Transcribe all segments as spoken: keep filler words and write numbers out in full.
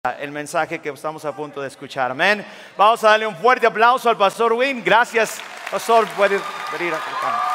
el mensaje que estamos a punto de escuchar. Amén. Vamos a darle un fuerte aplauso al pastor Win. Gracias, pastor. Puede venir acá.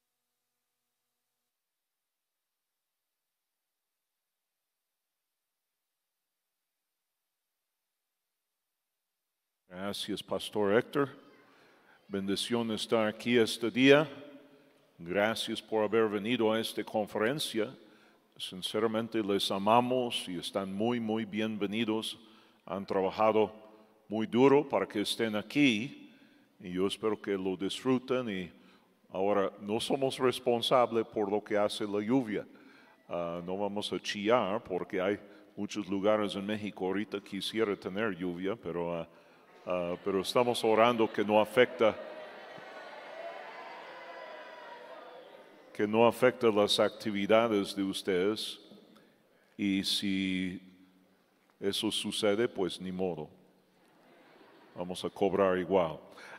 Gracias, Pastor Héctor. Bendición estar aquí este día. Gracias por haber venido a esta conferencia. Sinceramente les amamos y están muy, muy bienvenidos. Han trabajado muy duro para que estén aquí y yo espero que lo disfruten. Y ahora no somos responsables por lo que hace la lluvia. Uh, no vamos a chillar porque hay muchos lugares en México ahorita que quisiera tener lluvia, pero, uh, uh, pero estamos orando que no afecta que no afecta las actividades de ustedes, y si eso sucede, pues ni modo, vamos a cobrar igual.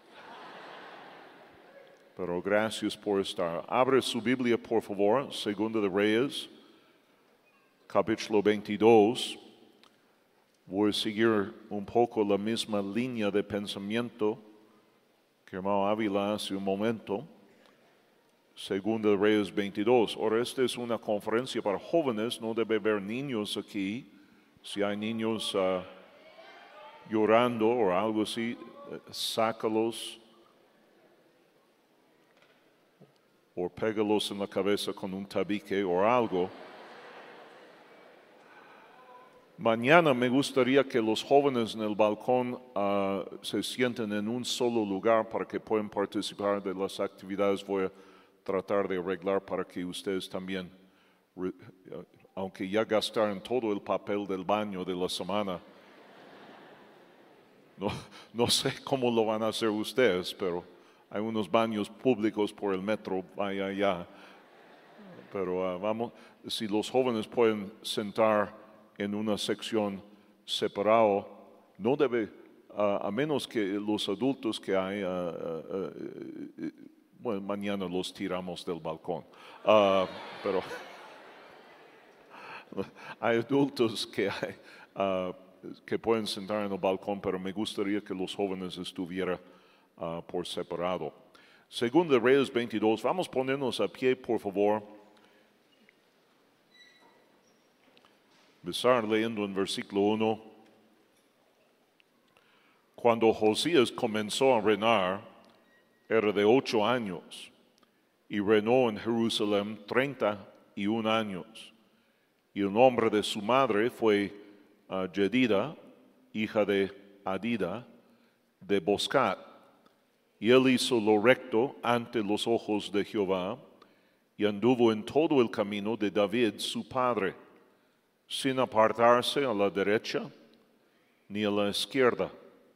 Pero gracias por estar. Abre su Biblia, por favor, Segunda de Reyes, capítulo veintidós. Voy a seguir un poco la misma línea de pensamiento que hermano Ávila hace un momento. Segunda de Reyes veintidós. Ahora, esta es una conferencia para jóvenes, no debe haber niños aquí. Si hay niños uh, llorando o algo así, sácalos o pégalos en la cabeza con un tabique o algo. Mañana me gustaría que los jóvenes en el balcón uh, se sienten en un solo lugar para que puedan participar de las actividades. Voy a tratar de arreglar para que ustedes también, aunque ya gastaron todo el papel del baño de la semana, no, no sé cómo lo van a hacer ustedes, pero hay unos baños públicos por el metro, vaya allá. Pero uh, vamos, si los jóvenes pueden sentar en una sección separada, no debe, uh, a menos que los adultos que hay, uh, uh, uh, bueno, mañana los tiramos del balcón, uh, pero hay adultos que, hay, uh, que pueden sentar en el balcón, pero me gustaría que los jóvenes estuvieran uh, por separado. Segunda de Reyes veintidós, vamos a ponernos a pie, por favor. Empezar leyendo en versículo uno. Cuando Josías comenzó a reinar, era de ocho años, y reinó en Jerusalén treinta y un años. Y el nombre de su madre fue uh, Jedida, hija de Adida, de Boscat. Y él hizo lo recto ante los ojos de Jehová, y anduvo en todo el camino de David su padre, sin apartarse a la derecha ni a la izquierda.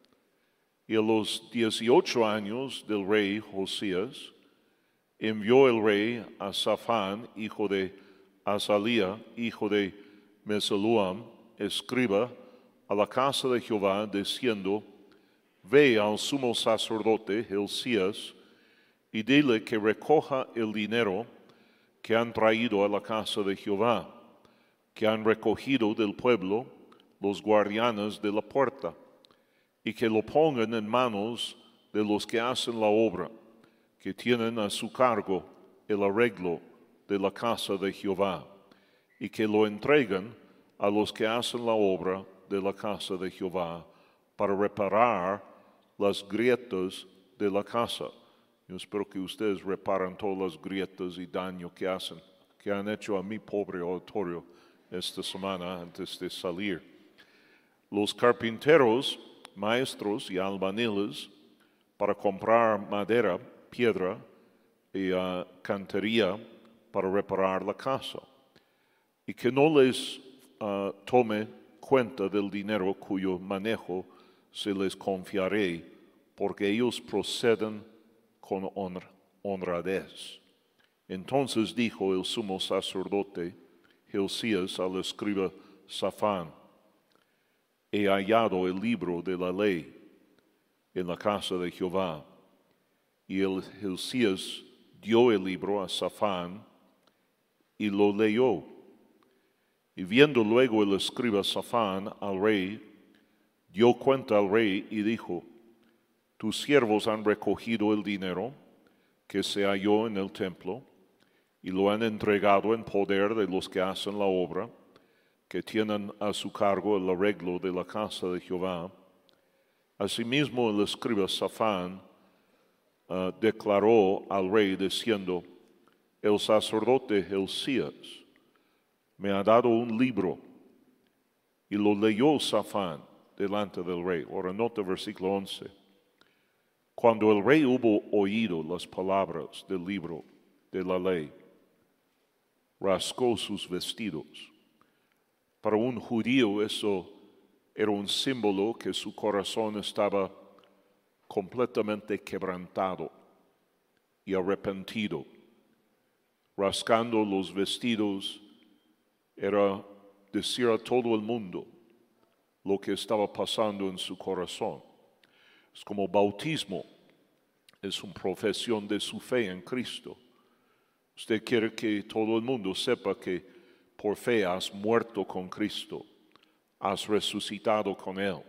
Y a los dieciocho años del rey Josías, envió el rey a Safán, hijo de Azalía, hijo de Meseluam, escriba, a la casa de Jehová, diciendo: Ve al sumo sacerdote Hilcías y dile que recoja el dinero que han traído a la casa de Jehová, que han recogido del pueblo los guardianes de la puerta, y que lo pongan en manos de los que hacen la obra, que tienen a su cargo el arreglo de la casa de Jehová, y que lo entreguen a los que hacen la obra de la casa de Jehová, para reparar las grietas de la casa. Yo espero que ustedes reparan todas las grietas y daño que hacen, que han hecho a mi pobre auditorio esta semana antes de salir. Los carpinteros, maestros y albañiles, para comprar madera, piedra y uh, cantería para reparar la casa, y que no les uh, tome cuenta del dinero cuyo manejo se les confiaré, porque ellos proceden con honra, honradez. Entonces dijo el sumo sacerdote Hilcías al escriba Safán: He hallado el libro de la ley en la casa de Jehová. Y el Hilcías dio el libro a Safán y lo leyó. Y viendo luego el escriba Safán al rey, dio cuenta al rey y dijo: tus siervos han recogido el dinero que se halló en el templo y lo han entregado en poder de los que hacen la obra, que tienen a su cargo el arreglo de la casa de Jehová. Asimismo el escriba Safán uh, declaró al rey diciendo: el sacerdote Hilcías me ha dado un libro. Y lo leyó Safán delante del rey. Ahora nota versículo once. Cuando el rey hubo oído las palabras del libro de la ley, rascó sus vestidos. Para un judío eso era un símbolo que su corazón estaba completamente quebrantado y arrepentido. Rascando los vestidos era decir a todo el mundo lo que estaba pasando en su corazón. Es como bautismo, es una profesión de su fe en Cristo. Usted quiere que todo el mundo sepa que por fe has muerto con Cristo, has resucitado con Él.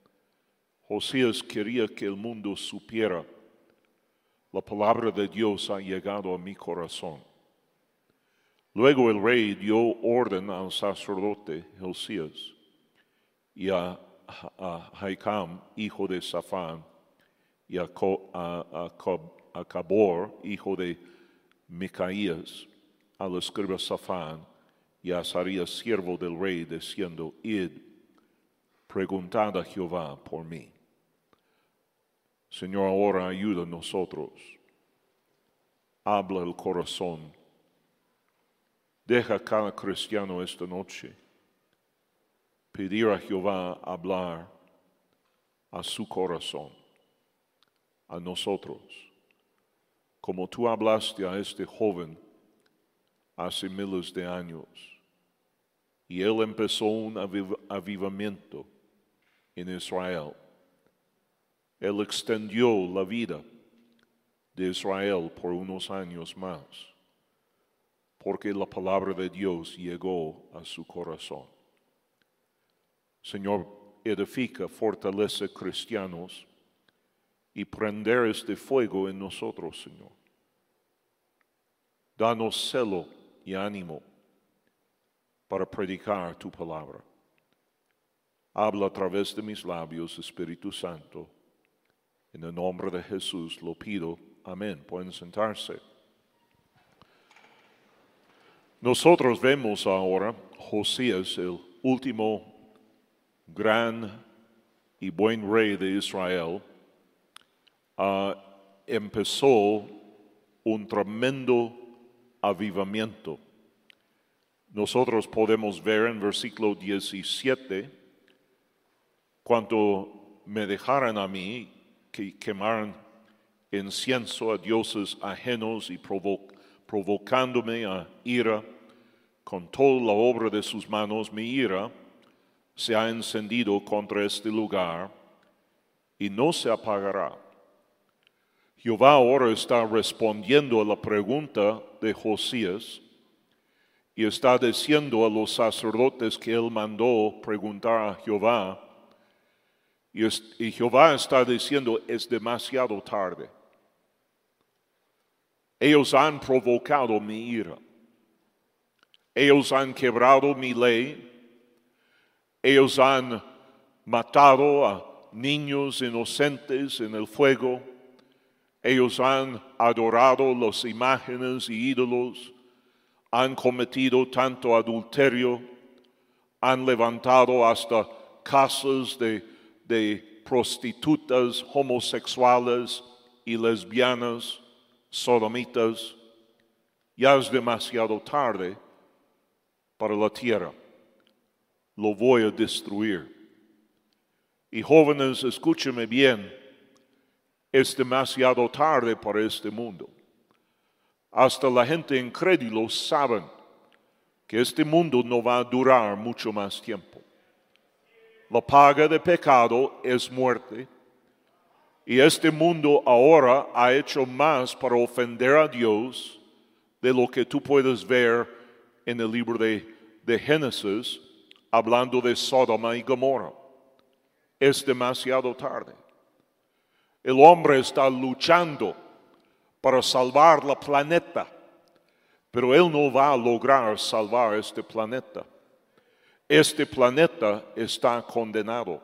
Josías quería que el mundo supiera: la palabra de Dios ha llegado a mi corazón. Luego el rey dio orden al sacerdote Hilcías y a, a Jaicam, hijo de Safán, y a, a, a, a Cabor, hijo de Micaías, al escriba Safán, y a Azarías, siervo del rey, diciendo: id, preguntad a Jehová por mí. Señor, ahora ayuda a nosotros. Habla el corazón. Deja a cada cristiano esta noche pedir a Jehová hablar a su corazón, a nosotros, como tú hablaste a este joven hace miles de años. Y él empezó un aviv- avivamiento en Israel. Él extendió la vida de Israel por unos años más, porque la palabra de Dios llegó a su corazón. Señor, edifica, fortalece cristianos y prender este fuego en nosotros, Señor. Danos celo y ánimo para predicar tu palabra. Habla a través de mis labios, Espíritu Santo. En el nombre de Jesús lo pido. Amén. Pueden sentarse. Nosotros vemos ahora Josías, el último gran y buen rey de Israel, uh, empezó un tremendo avivamiento. Nosotros podemos ver en versículo diecisiete: cuando me dejaran a mí que quemaran incienso a dioses ajenos y provo- provocándome a ira con toda la obra de sus manos, mi ira se ha encendido contra este lugar y no se apagará. Jehová ahora está respondiendo a la pregunta de Josías y está diciendo a los sacerdotes que él mandó preguntar a Jehová, y, es, y Jehová está diciendo: es demasiado tarde. Ellos han provocado mi ira. Ellos han quebrado mi ley. Ellos han matado a niños inocentes en el fuego. Ellos han adorado las imágenes y ídolos. Han cometido tanto adulterio. Han levantado hasta casas de, de prostitutas homosexuales y lesbianas, sodomitas. Ya es demasiado tarde para la tierra. Lo voy a destruir. Y jóvenes, escúcheme bien, es demasiado tarde para este mundo. Hasta la gente incrédula sabe que este mundo no va a durar mucho más tiempo. La paga de pecado es muerte. Y este mundo ahora ha hecho más para ofender a Dios de lo que tú puedes ver en el libro de de Génesis hablando de Sodoma y Gomorra. Es demasiado tarde. El hombre está luchando para salvar la planeta, pero él no va a lograr salvar este planeta. Este planeta está condenado.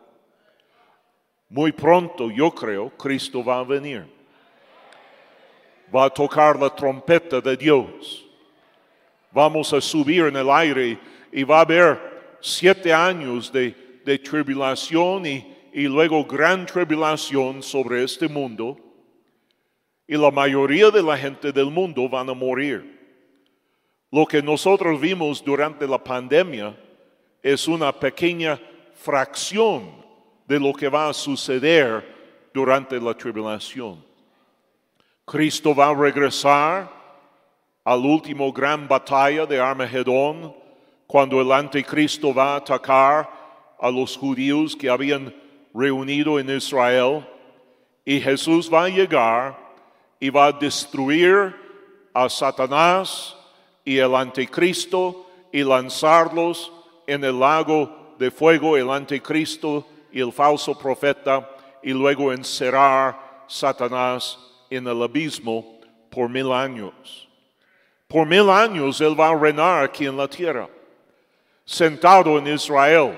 Muy pronto, yo creo, Cristo va a venir. Va a tocar la trompeta de Dios. Vamos a subir en el aire y va a haber siete años de, de tribulación y, y luego gran tribulación sobre este mundo. Y la mayoría de la gente del mundo van a morir. Lo que nosotros vimos durante la pandemia es una pequeña fracción de lo que va a suceder durante la tribulación. Cristo va a regresar al último gran batalla de Armagedón, cuando el anticristo va a atacar a los judíos que habían reunido en Israel, y Jesús va a llegar y va a destruir a Satanás y el anticristo y lanzarlos en el lago de fuego, el anticristo y el falso profeta, y luego encerrar Satanás en el abismo por mil años. Por mil años él va a reinar aquí en la tierra, sentado en Israel.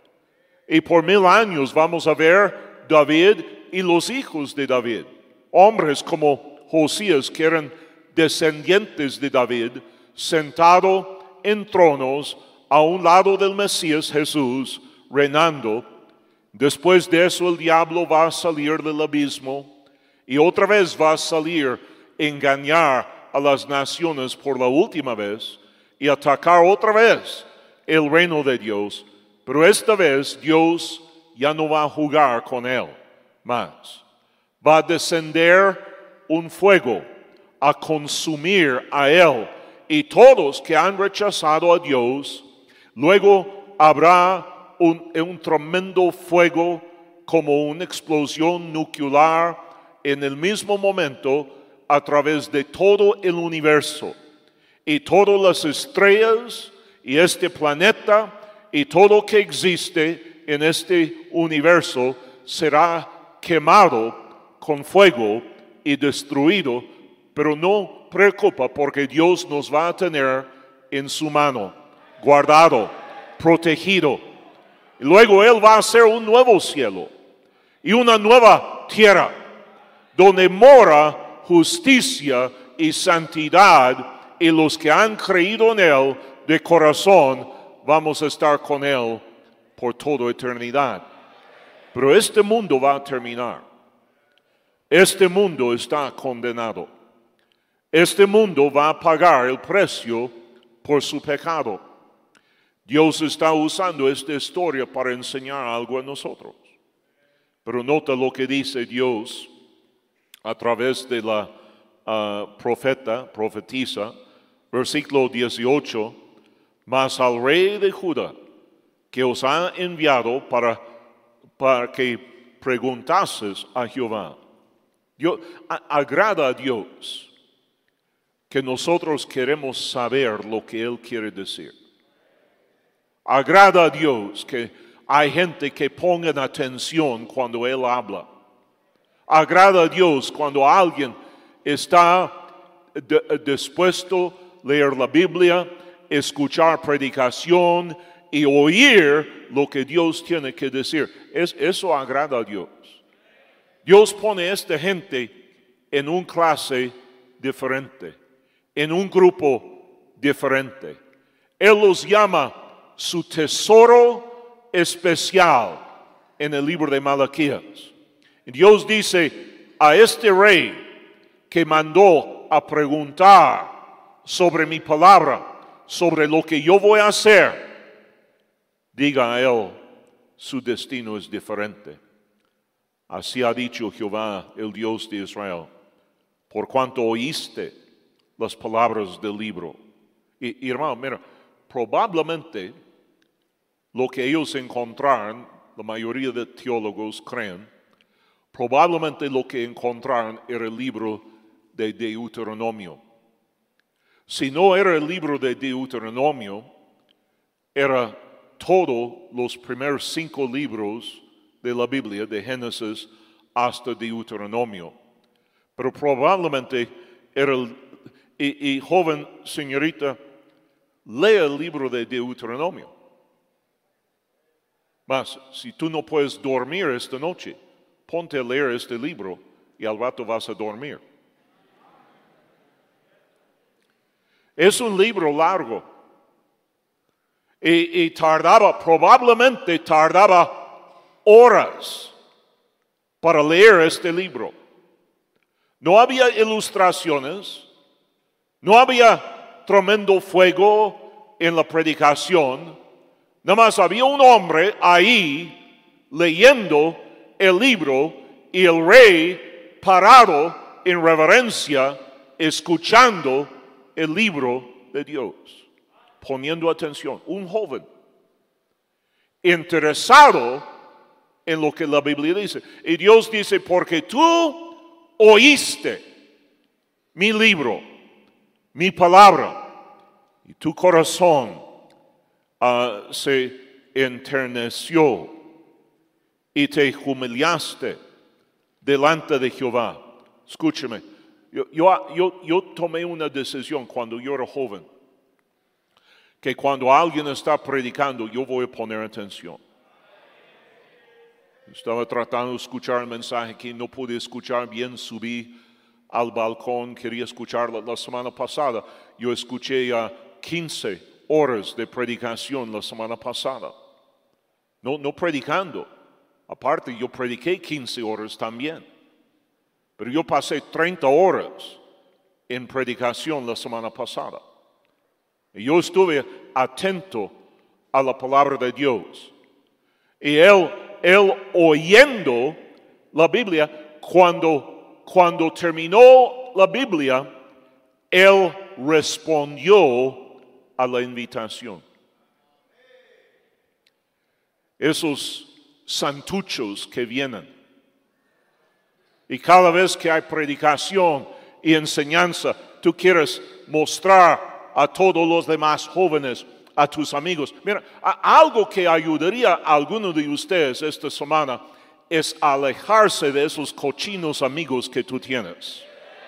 Y por mil años vamos a ver David y los hijos de David, hombres como Josías, que eran descendientes de David, sentado en tronos a un lado del Mesías Jesús, reinando. Después de eso el diablo va a salir del abismo y otra vez va a salir a engañar a las naciones por la última vez y atacar otra vez el reino de Dios. Pero esta vez Dios ya no va a jugar con él más. Va a descender un fuego a consumir a él y todos que han rechazado a Dios. Luego habrá un, un tremendo fuego como una explosión nuclear en el mismo momento a través de todo el universo. Y todas las estrellas y este planeta y todo que existe en este universo será quemado con fuego y destruido, pero no preocupa porque Dios nos va a tener en su mano, guardado, protegido. Y luego Él va a hacer un nuevo cielo y una nueva tierra donde mora justicia y santidad, y los que han creído en Él de corazón vamos a estar con Él por toda eternidad. Pero este mundo va a terminar. Este mundo está condenado. Este mundo va a pagar el precio por su pecado. Dios está usando esta historia para enseñar algo a nosotros. Pero nota lo que dice Dios a través de la uh, profeta, profetisa, versículo dieciocho. Mas al rey de Judá, que os ha enviado para, para que preguntases a Jehová. Dios, a, agrada a Dios que nosotros queremos saber lo que Él quiere decir. Agrada a Dios que hay gente que ponga atención cuando Él habla. Agrada a Dios cuando alguien está de, dispuesto a leer la Biblia, escuchar predicación y oír lo que Dios tiene que decir. Es, eso agrada a Dios. Dios pone a esta gente en una clase diferente, en un grupo diferente. Él los llama su tesoro especial en el libro de Malaquías. Y Dios dice a este rey que mandó a preguntar sobre mi palabra, sobre lo que yo voy a hacer, diga a él, su destino es diferente. Así ha dicho Jehová, el Dios de Israel, por cuanto oíste las palabras del libro. Y, y hermano, mira, probablemente lo que ellos encontraron, la mayoría de teólogos creen, probablemente lo que encontraron era el libro de Deuteronomio. Si no era el libro de Deuteronomio, era todos los primeros cinco libros de la Biblia, de Génesis hasta Deuteronomio. Pero probablemente era el, y, y joven señorita, lea el libro de Deuteronomio. Mas, si tú no puedes dormir esta noche, ponte a leer este libro y al rato vas a dormir. Es un libro largo. Y, y tardaba, probablemente tardaba horas para leer este libro. No había ilustraciones, no había tremendo fuego en la predicación, nada más había un hombre ahí leyendo el libro y el rey parado en reverencia, escuchando el libro de Dios, poniendo atención. Un joven interesado en lo que la Biblia dice. Y Dios dice, porque tú oíste mi libro, mi palabra, y tu corazón uh, se enterneció y te humillaste delante de Jehová. Escúchame, yo, yo, yo, yo tomé una decisión cuando yo era joven, que cuando alguien está predicando, yo voy a poner atención. Estaba tratando de escuchar el mensaje que no pude escuchar bien, subí al balcón, quería escucharlo la semana pasada. Yo escuché ya quince horas de predicación la semana pasada. No, no predicando. Aparte, yo prediqué quince horas también. Pero yo pasé treinta horas en predicación la semana pasada. Y yo estuve atento a la palabra de Dios. Y él, él oyendo la Biblia, cuando, cuando terminó la Biblia, él respondió a la invitación. Esos santuchos que vienen. Y cada vez que hay predicación y enseñanza, tú quieres mostrar a todos los demás jóvenes, a tus amigos. Mira, algo que ayudaría a alguno de ustedes esta semana es alejarse de esos cochinos amigos que tú tienes.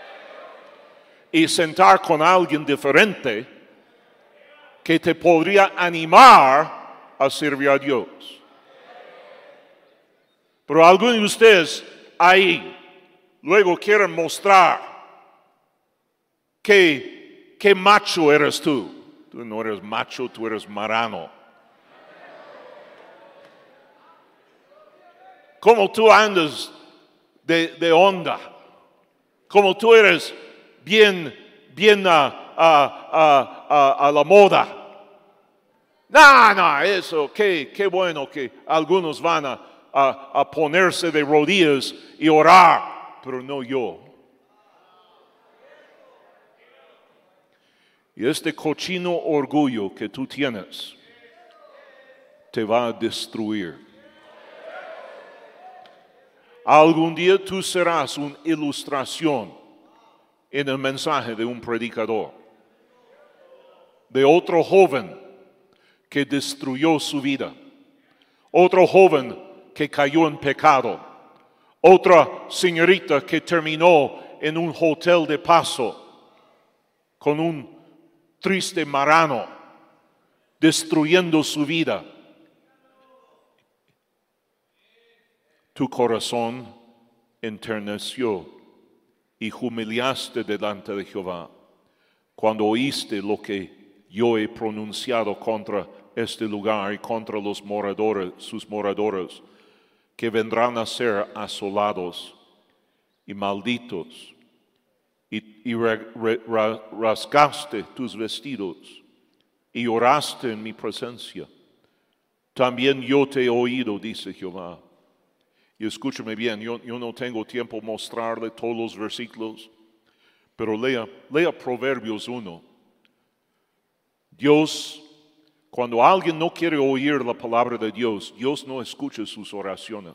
Y sentar con alguien diferente que te podría animar a servir a Dios. Pero algunos de ustedes ahí luego quieren mostrar que, que macho eres tú. Tú no eres macho, tú eres marrano. Como tú andas de, de onda. Como tú eres bien, bien a, a, a, a la moda. No, no, eso, qué, qué bueno que algunos van a, a, a ponerse de rodillas y orar, pero no yo. Y este cochino orgullo que tú tienes te va a destruir. Algún día tú serás una ilustración en el mensaje de un predicador, de otro joven que destruyó su vida, otro joven que cayó en pecado, otra señorita que terminó en un hotel de paso con un triste marrano, destruyendo su vida. Tu corazón enterneció y humillaste delante de Jehová cuando oíste lo que yo he pronunciado contra este lugar y contra los moradores, sus moradores, que vendrán a ser asolados y malditos. Y, y re, re, ra, rasgaste tus vestidos y oraste en mi presencia. También yo te he oído, dice Jehová. Y escúchame bien, yo, yo no tengo tiempo mostrarle todos los versículos, pero lea, lea Proverbios uno. Dios, cuando alguien no quiere oír la palabra de Dios, Dios no escucha sus oraciones.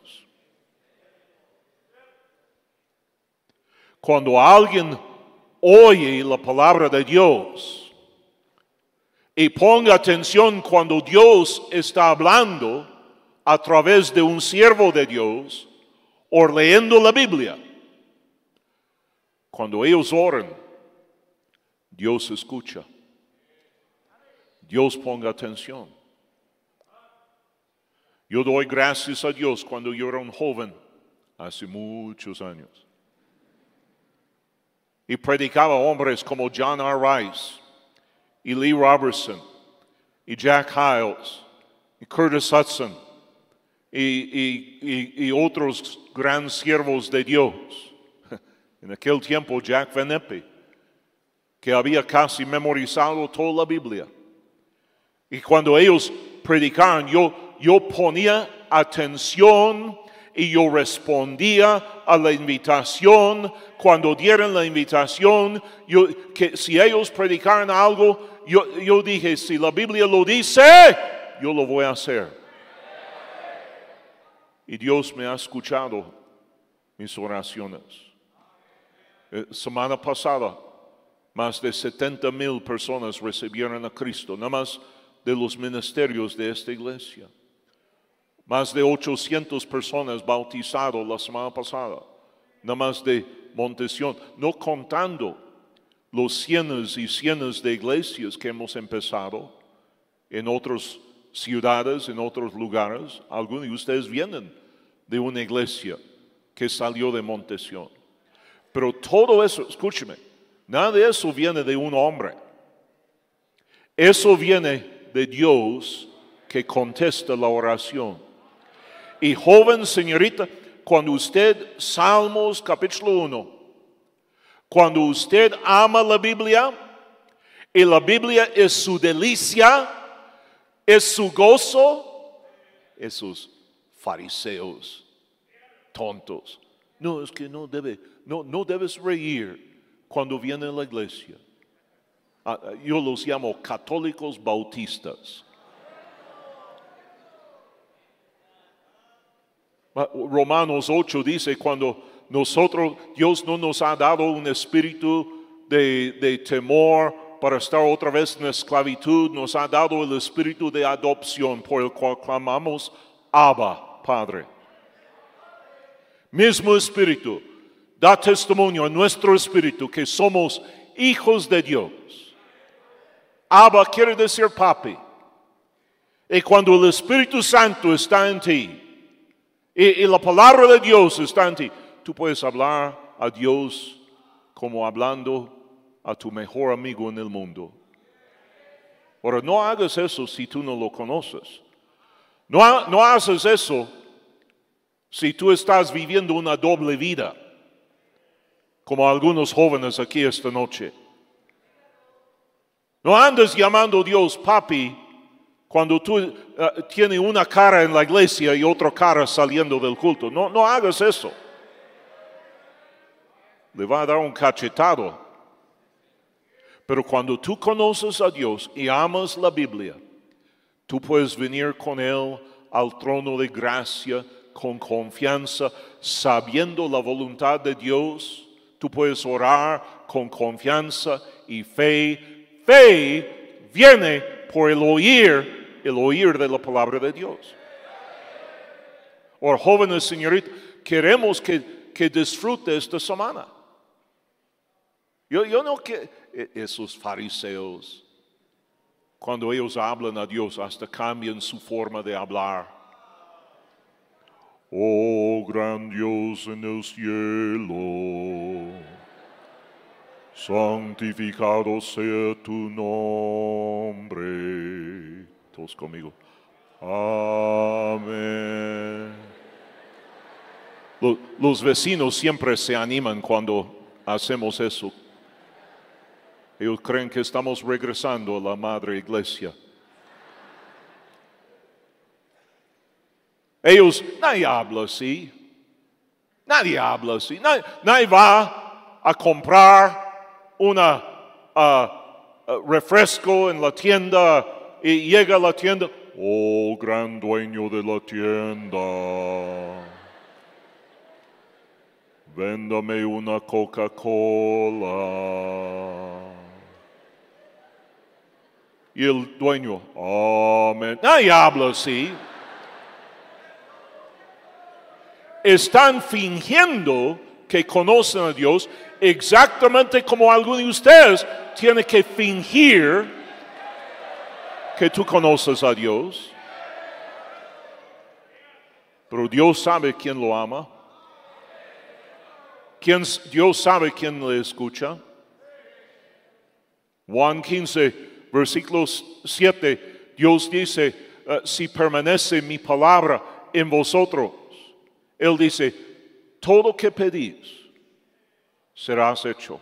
Cuando alguien oye la palabra de Dios, Y ponga atención cuando Dios está hablando a través de un siervo de Dios o leyendo la Biblia. Cuando ellos oran, Dios escucha. Dios ponga atención. Yo doy gracias a Dios cuando yo era un joven, hace muchos años. Y predicaba hombres como John R. Rice, y Lee Robertson, y Jack Hyles, y Curtis Hudson, y, y, y, y otros grandes siervos de Dios. En aquel tiempo, Jack Van Impe, que había casi memorizado toda la Biblia. Y cuando ellos predicaban, yo, yo ponía atención y yo respondía a la invitación. Cuando dieron la invitación, yo, que si ellos predicaran algo, yo, yo dije, si la Biblia lo dice, yo lo voy a hacer. Y Dios me ha escuchado mis oraciones. Eh, semana pasada, más de setenta mil personas recibieron a Cristo, nada más de los ministerios de esta iglesia. Más de ochocientas personas bautizadas la semana pasada, nada más de Montesión, no contando los cientos y cientos de iglesias que hemos empezado en otras ciudades, en otros lugares. Algunos de ustedes vienen de una iglesia que salió de Montesión. Pero todo eso, escúcheme, nada de eso viene de un hombre. Eso viene de Dios que contesta la oración. Y joven señorita, cuando usted, Salmos capítulo uno, cuando usted ama la Biblia, y la Biblia es su delicia, es su gozo, esos fariseos tontos. No, es que no debe, no, no debes reír cuando viene a la iglesia. Yo los llamo católicos bautistas. Romanos ocho dice, cuando nosotros, Dios no nos ha dado un espíritu de, de temor para estar otra vez en esclavitud, nos ha dado el espíritu de adopción por el cual clamamos, Abba, Padre. Mismo espíritu da testimonio a nuestro espíritu que somos hijos de Dios. Abba quiere decir papi. Y cuando el Espíritu Santo está en ti, y, y la palabra de Dios está en ti, tú puedes hablar a Dios como hablando a tu mejor amigo en el mundo. Ahora, no hagas eso si tú no lo conoces. No, no haces eso si tú estás viviendo una doble vida, como algunos jóvenes aquí esta noche. No andes llamando a Dios papi cuando tú uh, tienes una cara en la iglesia y otra cara saliendo del culto. No, no hagas eso. Le va a dar un cachetado. Pero cuando tú conoces a Dios y amas la Biblia, tú puedes venir con Él al trono de gracia con confianza, sabiendo la voluntad de Dios. Tú puedes orar con confianza y fe. Fe viene por el oír, el oír de la palabra de Dios. Ahora, jóvenes, señoritas, queremos que, que disfrute esta semana. Yo, yo no quiero, esos fariseos, cuando ellos hablan a Dios, hasta cambian su forma de hablar. Oh, gran Dios en el cielo, santificado sea tu nombre. Todos conmigo. Amén. Los, los vecinos siempre se animan cuando hacemos eso. Ellos creen que estamos regresando a la madre iglesia. Ellos, nadie habla así. Nadie habla así. Nadie, nadie va a comprar una uh, uh, refresco en la tienda y llega a la tienda. Oh, gran dueño de la tienda, véndame una Coca-Cola. Y el dueño, amén. Nadie habla así. Están fingiendo que conocen a Dios exactamente como algunos de ustedes tienen que fingir que tú conoces a Dios. Pero Dios sabe quién lo ama. ¿Quién, Dios sabe quién le escucha. Juan quince, versículo siete, Dios dice, uh, si permanece mi palabra en vosotros, Él dice, todo que pedís serás hecho.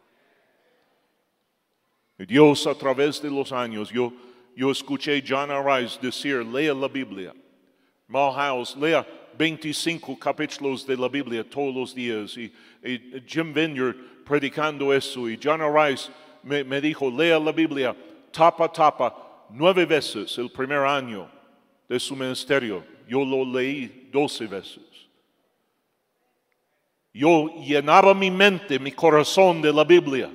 Y Dios a través de los años, yo, yo escuché John Rice decir, lea la Biblia. Milhouse, lea veinticinco capítulos de la Biblia todos los días. Y, y Jim Vineyard predicando eso. Y John Rice me, me dijo, lea la Biblia tapa a tapa nueve veces el primer año de su ministerio. Yo lo leí doce veces. Yo llenaba mi mente, mi corazón de la Biblia.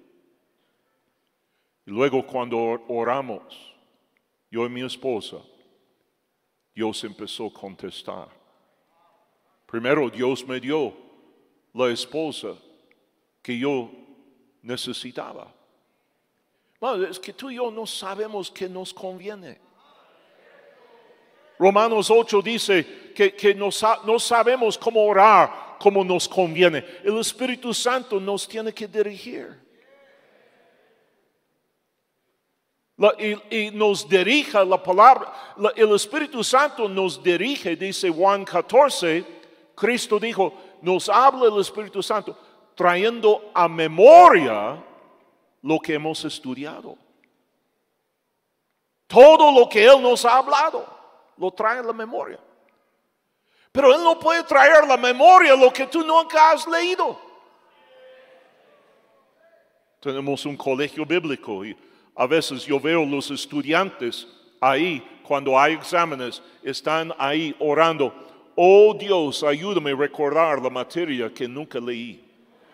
Y luego cuando oramos, yo y mi esposa, Dios empezó a contestar. Primero Dios me dio la esposa que yo necesitaba. Bueno, es que tú y yo no sabemos qué nos conviene. Romanos ocho dice que, que no, no sabemos cómo orar como nos conviene. El Espíritu Santo nos tiene que dirigir. La, y, y nos dirija la palabra. La, el Espíritu Santo nos dirige, dice Juan catorce. Cristo dijo, nos habla el Espíritu Santo trayendo a memoria lo que hemos estudiado. Todo lo que Él nos ha hablado, lo trae a la memoria. Pero Él no puede traer a la memoria lo que tú nunca has leído. Tenemos un colegio bíblico y a veces yo veo los estudiantes ahí, cuando hay exámenes, están ahí orando. Oh Dios, ayúdame a recordar la materia que nunca leí.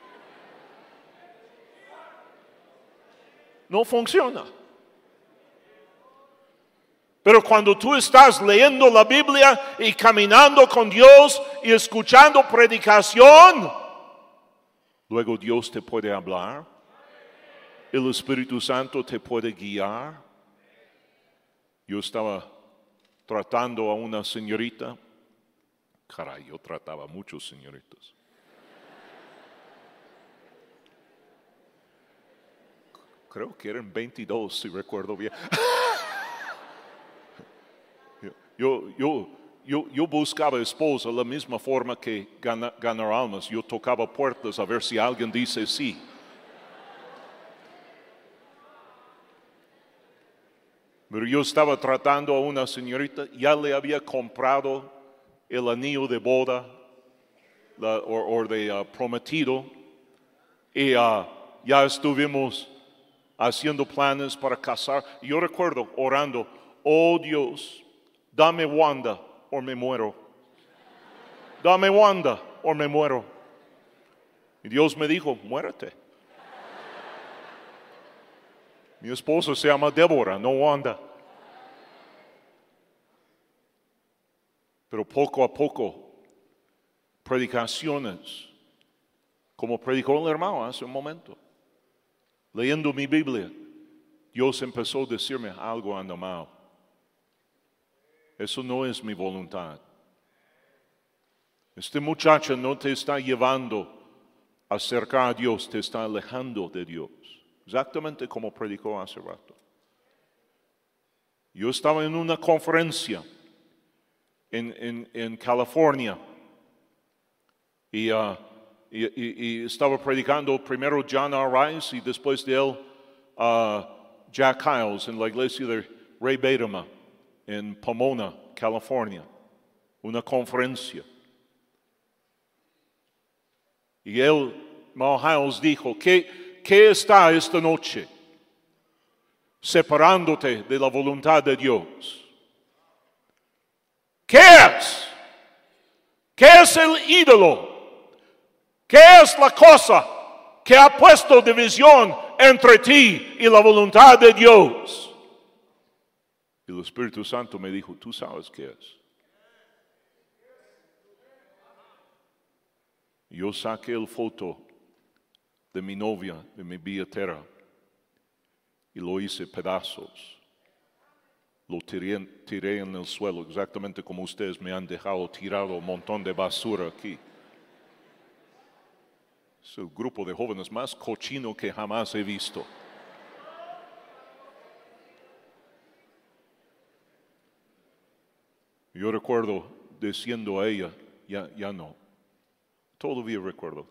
No funciona. Pero cuando tú estás leyendo la Biblia y caminando con Dios y escuchando predicación, luego Dios te puede hablar. El Espíritu Santo te puede guiar. Yo estaba tratando a una señorita. Caray, yo trataba a muchos señoritas. Creo que eran veintidós, si recuerdo bien. Yo, yo, yo, yo buscaba esposa de la misma forma que gana, ganar almas. Yo tocaba puertas a ver si alguien dice sí. Pero yo estaba tratando a una señorita, ya le había comprado el anillo de boda la, o, o de uh, prometido. Y uh, ya estuvimos haciendo planes para casar. Yo recuerdo orando, oh Dios, dame Wanda o me muero. Dame Wanda o me muero. Y Dios me dijo, muérete. Mi esposa se llama Débora, no Wanda. Pero poco a poco, predicaciones, como predicó el hermano hace un momento, leyendo mi Biblia, Dios empezó a decirme algo anda mal. Eso no es mi voluntad. Este muchacho no te está llevando a acercar a Dios, te está alejando de Dios. Exactamente como predicó hace rato. Yo estaba en una conferencia en, en, en California y, uh, y, y, y estaba predicando primero John R. Rice y después de él uh, Jack Hyles en la iglesia de Ray Baitema en Pomona, California. Una conferencia. Y él, Hyles, dijo, ¿qué? ¿Qué está esta noche separándote de la voluntad de Dios? ¿Qué es? ¿Qué es el ídolo? ¿Qué es la cosa que ha puesto división entre ti y la voluntad de Dios? Y el Espíritu Santo me dijo, tú sabes qué es. Yo saqué el foto de mi novia, de mi billetera, y lo hice pedazos. Lo tiré, tiré en el suelo, exactamente como ustedes me han dejado tirado un montón de basura aquí. Es el grupo de jóvenes más cochino que jamás he visto. Yo recuerdo diciendo a ella, ya, ya no. Todavía recuerdo.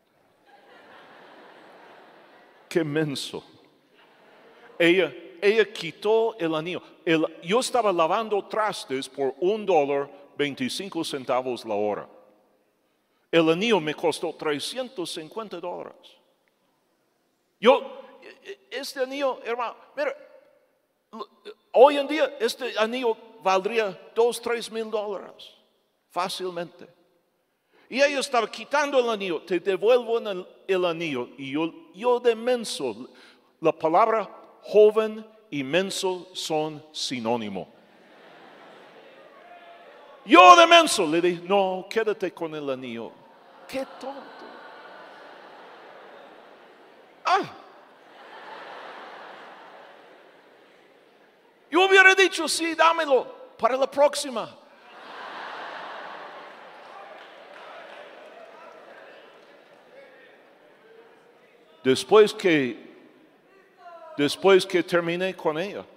Qué menso. Ella, ella quitó el anillo. El, yo estaba lavando trastes por un dólar veinticinco centavos la hora. El anillo me costó trescientos cincuenta dólares. Yo, este anillo, hermano, mira, hoy en día este anillo valdría dos, tres mil dólares, fácilmente. Y ella estaba quitando el anillo, te devuelvo el, el anillo. Y yo, yo de menso, la palabra joven y menso son sinónimo. Yo de menso le dije, no, quédate con el anillo. Qué tonto. Ah. Yo hubiera dicho, sí, dámelo para la próxima. Después que, después que terminé con ella,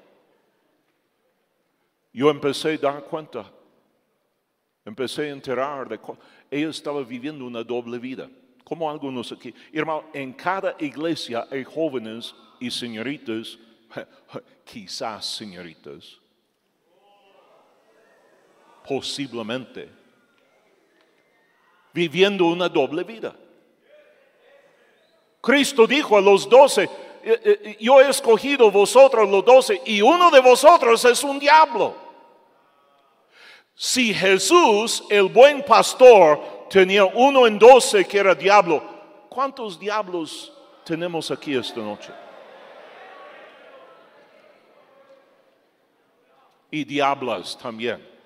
yo empecé a dar cuenta, empecé a enterar de que ella estaba viviendo una doble vida. Como algunos aquí. Hermano, en cada iglesia hay jóvenes y señoritas, quizás señoritas, posiblemente, viviendo una doble vida. Cristo dijo a los doce, yo he escogido vosotros los doce y uno de vosotros es un diablo. Si Jesús, el buen pastor, tenía uno en doce que era diablo, ¿cuántos diablos tenemos aquí esta noche? Y diablas también.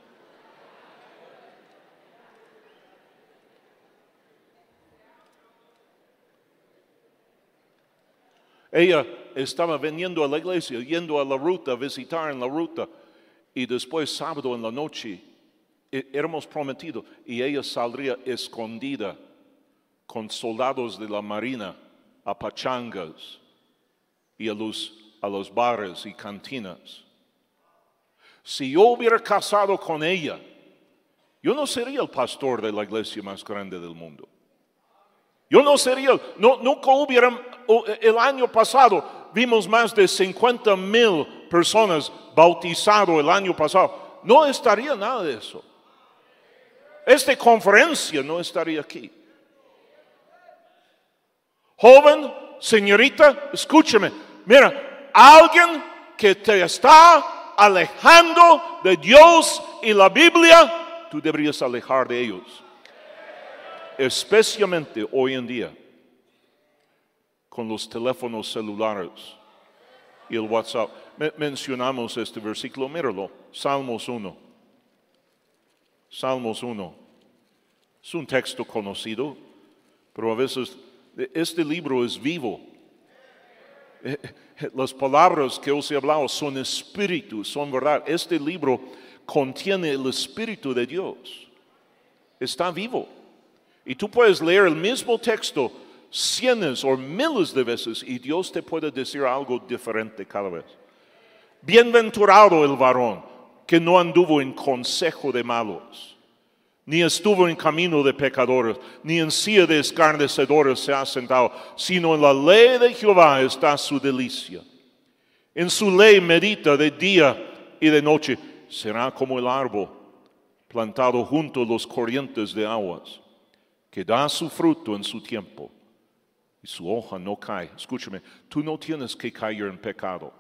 Ella estaba viniendo a la iglesia, yendo a la ruta, a visitar en la ruta. Y después, sábado en la noche, éramos prometidos. Y ella saldría escondida con soldados de la marina a pachangas y a los, a los bares y cantinas. Si yo hubiera casado con ella, yo no sería el pastor de la iglesia más grande del mundo. Yo no sería, no, nunca hubieran, el año pasado vimos más de cincuenta mil personas bautizadas el año pasado. No estaría nada de eso. Esta conferencia no estaría aquí. Joven, señorita, escúchame. Mira, alguien que te está alejando de Dios y la Biblia, tú deberías alejar de ellos. Especialmente hoy en día, con los teléfonos celulares y el WhatsApp. Men- mencionamos este versículo, míralo, Salmos uno. Salmos uno. Es un texto conocido, pero a veces este libro es vivo. Las palabras que os he hablado son espíritu, son verdad. Este libro contiene el Espíritu de Dios. Está vivo. Y tú puedes leer el mismo texto cientos o miles de veces y Dios te puede decir algo diferente cada vez. Bienaventurado el varón que no anduvo en consejo de malos, ni estuvo en camino de pecadores, ni en silla de escarnecedores se ha sentado, sino en la ley de Jehová está su delicia. En su ley medita de día y de noche. Será como el árbol plantado junto a los corrientes de aguas, que da su fruto en su tiempo y su hoja no cae. Escúchame, tú no tienes que caer en pecado.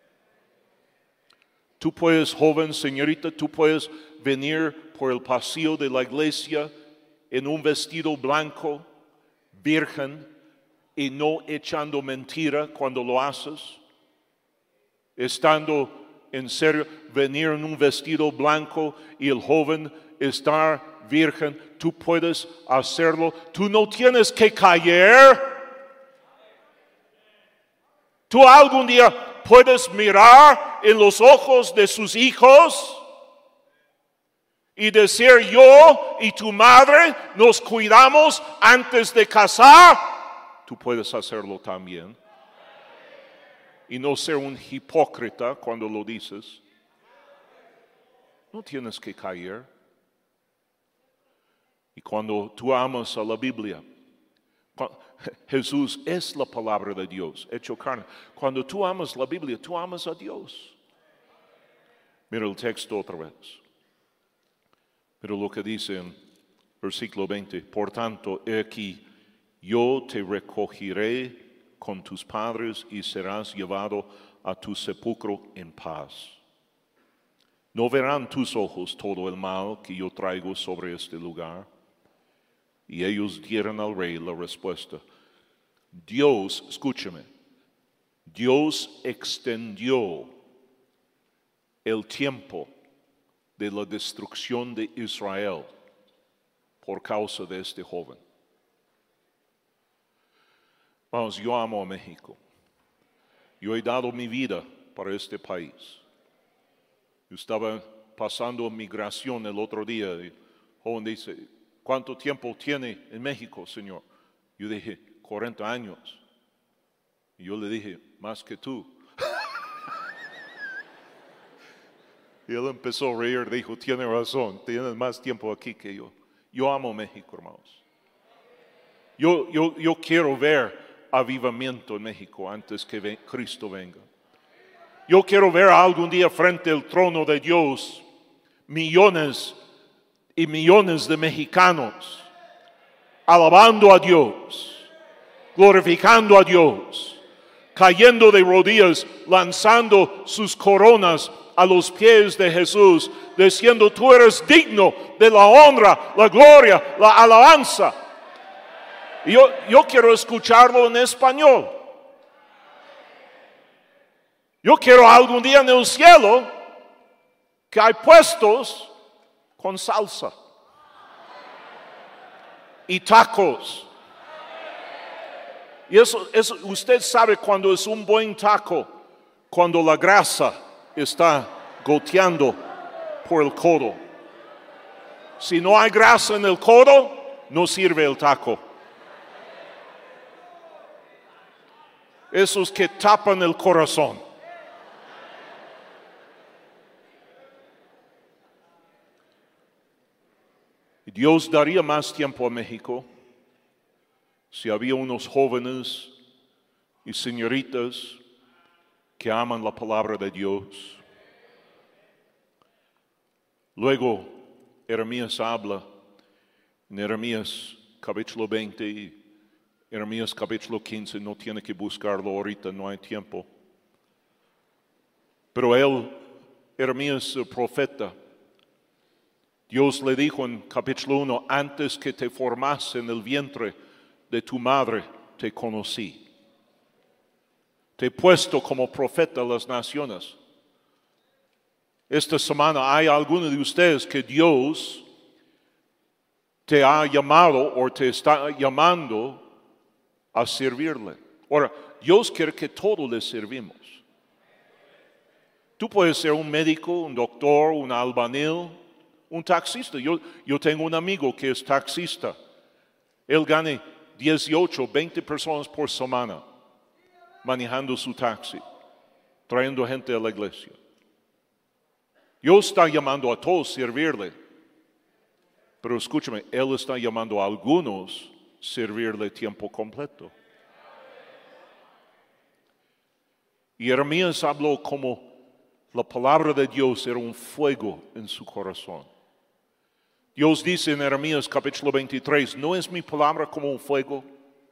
Tú puedes, joven, señorita, tú puedes venir por el pasillo de la iglesia en un vestido blanco, virgen, y no echando mentira cuando lo haces, estando en serio, venir en un vestido blanco y el joven estar virgen, tú puedes hacerlo. Tú no tienes que caer. Tú algún día puedes mirar en los ojos de sus hijos y decir, yo y tu madre nos cuidamos antes de casar. Tú puedes hacerlo también. Y no ser un hipócrita cuando lo dices. No tienes que caer. Y cuando tú amas a la Biblia, Jesús es la palabra de Dios, hecho carne. Cuando tú amas la Biblia, tú amas a Dios. Mira el texto otra vez. Mira lo que dice en versículo veinte. Por tanto, he aquí, yo te recogeré con tus padres y serás llevado a tu sepulcro en paz. No verán tus ojos todo el mal que yo traigo sobre este lugar. Y ellos dieron al rey la respuesta. Dios, escúchame, Dios extendió el tiempo de la destrucción de Israel por causa de este joven. Vamos, yo amo a México. Yo he dado mi vida para este país. Yo estaba pasando migración el otro día y el joven dice, ¿cuánto tiempo tiene en México, Señor? Yo dije, cuarenta años. Y yo le dije, más que tú. Y él empezó a reír, dijo, tiene razón, tienes más tiempo aquí que yo. Yo amo México, hermanos. Yo, yo, yo quiero ver avivamiento en México antes que ven, Cristo venga. Yo quiero ver algún día frente al trono de Dios millones y millones de mexicanos alabando a Dios, glorificando a Dios, cayendo de rodillas, lanzando sus coronas a los pies de Jesús, diciendo, tú eres digno de la honra, la gloria, la alabanza. Y yo, yo quiero escucharlo en español. Yo quiero algún día en el cielo que hay puestos con salsa y tacos. Y eso, eso, usted sabe cuando es un buen taco, cuando la grasa está goteando por el codo. Si no hay grasa en el codo, no sirve el taco. Esos que tapan el corazón. Dios daría más tiempo a México si había unos jóvenes y señoritas que aman la palabra de Dios. Luego, Jeremías habla en Jeremías capítulo veinte y Jeremías capítulo quince, no tiene que buscarlo ahorita, no hay tiempo. Pero él, Jeremías, el profeta, Dios le dijo en capítulo uno, antes que te formase en el vientre de tu madre, te conocí. Te he puesto como profeta a las naciones. Esta semana hay alguno de ustedes que Dios te ha llamado o te está llamando a servirle. Ahora, Dios quiere que todos le servimos. Tú puedes ser un médico, un doctor, un albañil, un taxista. Yo, yo tengo un amigo que es taxista. Él gana dieciocho, veinte personas por semana manejando su taxi, trayendo gente a la iglesia. Dios está llamando a todos a servirle. Pero escúchame, Él está llamando a algunos a servirle tiempo completo. Y Jeremías habló como la palabra de Dios era un fuego en su corazón. Dios dice en Jeremías capítulo veintitrés, ¿no es mi palabra como un fuego?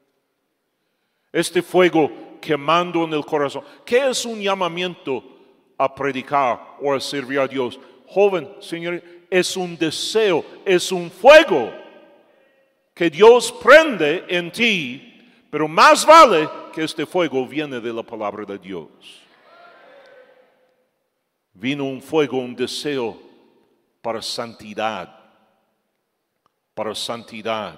Este fuego quemando en el corazón. ¿Qué es un llamamiento a predicar o a servir a Dios? Joven, Señor, es un deseo, es un fuego que Dios prende en ti, pero más vale que este fuego viene de la palabra de Dios. vino un fuego, un deseo para santidad, para santidad.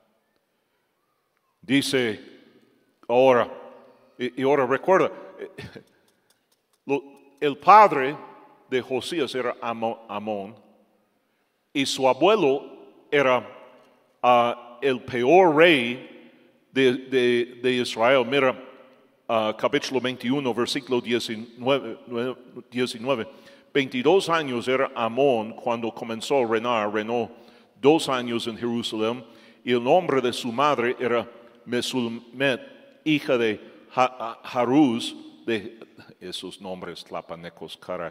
Dice ahora, y, y ahora recuerda, lo, el padre de Josías era Amón, Amón y su abuelo era uh, el peor rey de, de, de Israel. Mira, uh, capítulo veintiuno, versículo diecinueve, diecinueve. veintidós años era Amón cuando comenzó a reinar, reinó dos años en Jerusalén, y el nombre de su madre era Mesulmet, hija de Haruz, de esos nombres tlapanecos, cara.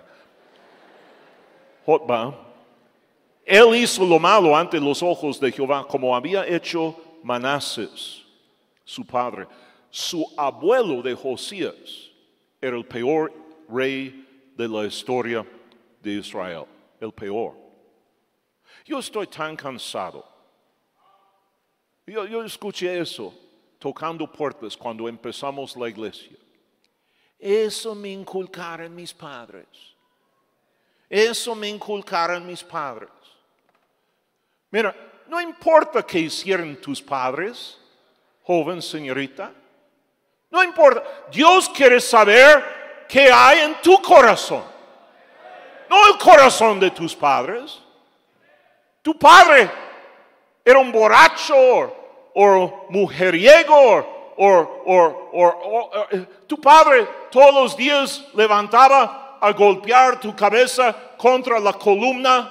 Jotba. Él hizo lo malo ante los ojos de Jehová, como había hecho Manases, su padre. Su abuelo de Josías era el peor rey de la historia de Israel, el peor. Yo estoy tan cansado. Yo, yo escuché eso tocando puertas cuando empezamos la iglesia. Eso me inculcaron mis padres. Eso me inculcaron mis padres. Mira, no importa qué hicieron tus padres, joven señorita. No importa. Dios quiere saber qué hay en tu corazón. No el corazón de tus padres. Tu padre era un borracho o mujeriego o, o, o, o tu padre todos los días levantaba a golpear tu cabeza contra la columna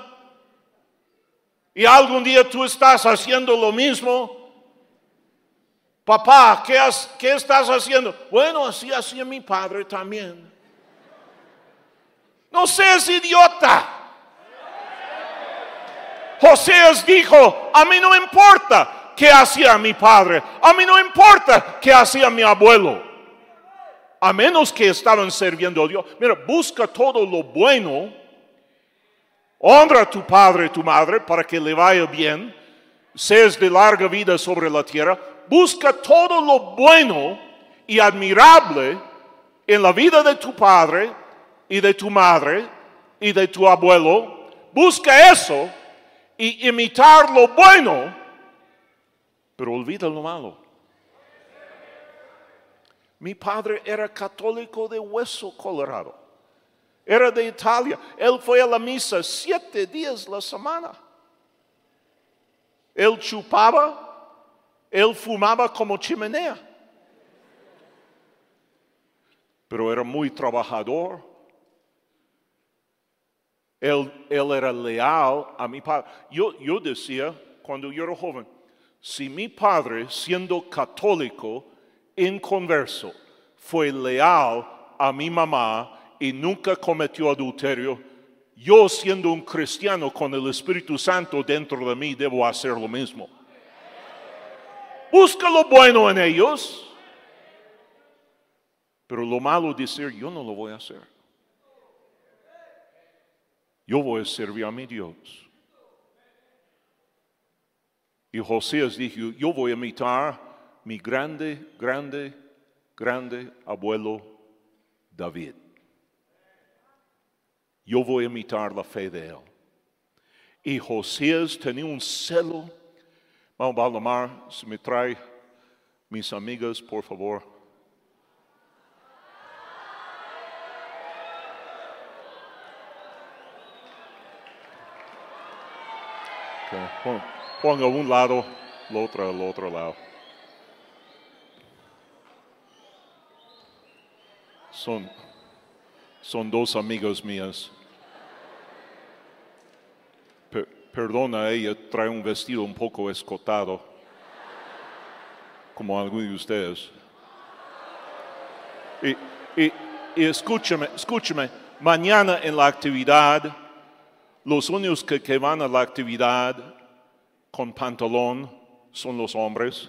y algún día tú estás haciendo lo mismo. Papá, ¿qué, has, qué estás haciendo? Bueno, así hacía mi padre también. No seas idiota. Josías dijo, a mí no importa qué hacía mi padre, a mí no importa qué hacía mi abuelo, a menos que estaban sirviendo a Dios. Mira, busca todo lo bueno, honra a tu padre y tu madre para que le vaya bien, seas de larga vida sobre la tierra. Busca todo lo bueno y admirable en la vida de tu padre y de tu madre y de tu abuelo. Busca eso y imitar lo bueno, pero olvida lo malo. Mi padre era católico de hueso colorado. Era de Italia. Él fue a la misa siete días la semana. Él chupaba, él fumaba como chimenea. Pero era muy trabajador. Él, él era leal a mi padre. Yo, yo decía, cuando yo era joven, si mi padre, siendo católico, inconverso, fue leal a mi mamá y nunca cometió adulterio, yo siendo un cristiano con el Espíritu Santo dentro de mí, debo hacer lo mismo. Busca lo bueno en ellos, pero lo malo decir, yo no lo voy a hacer. Yo voy a servir a mi Dios. Y Josías dijo, yo voy a imitar mi grande, grande, grande abuelo David. Yo voy a imitar la fe de él. Y Josías tenía un celo. Vamos, Valdemar, si me trae mis amigas, por favor. Okay. Ponga un lado, el otro al otro lado. Son, son dos amigas mías. Per, perdona, ella trae un vestido un poco escotado, como algunos de ustedes. Y, y, y escúchame, escúchame, mañana en la actividad, los únicos que, que van a la actividad con pantalón son los hombres.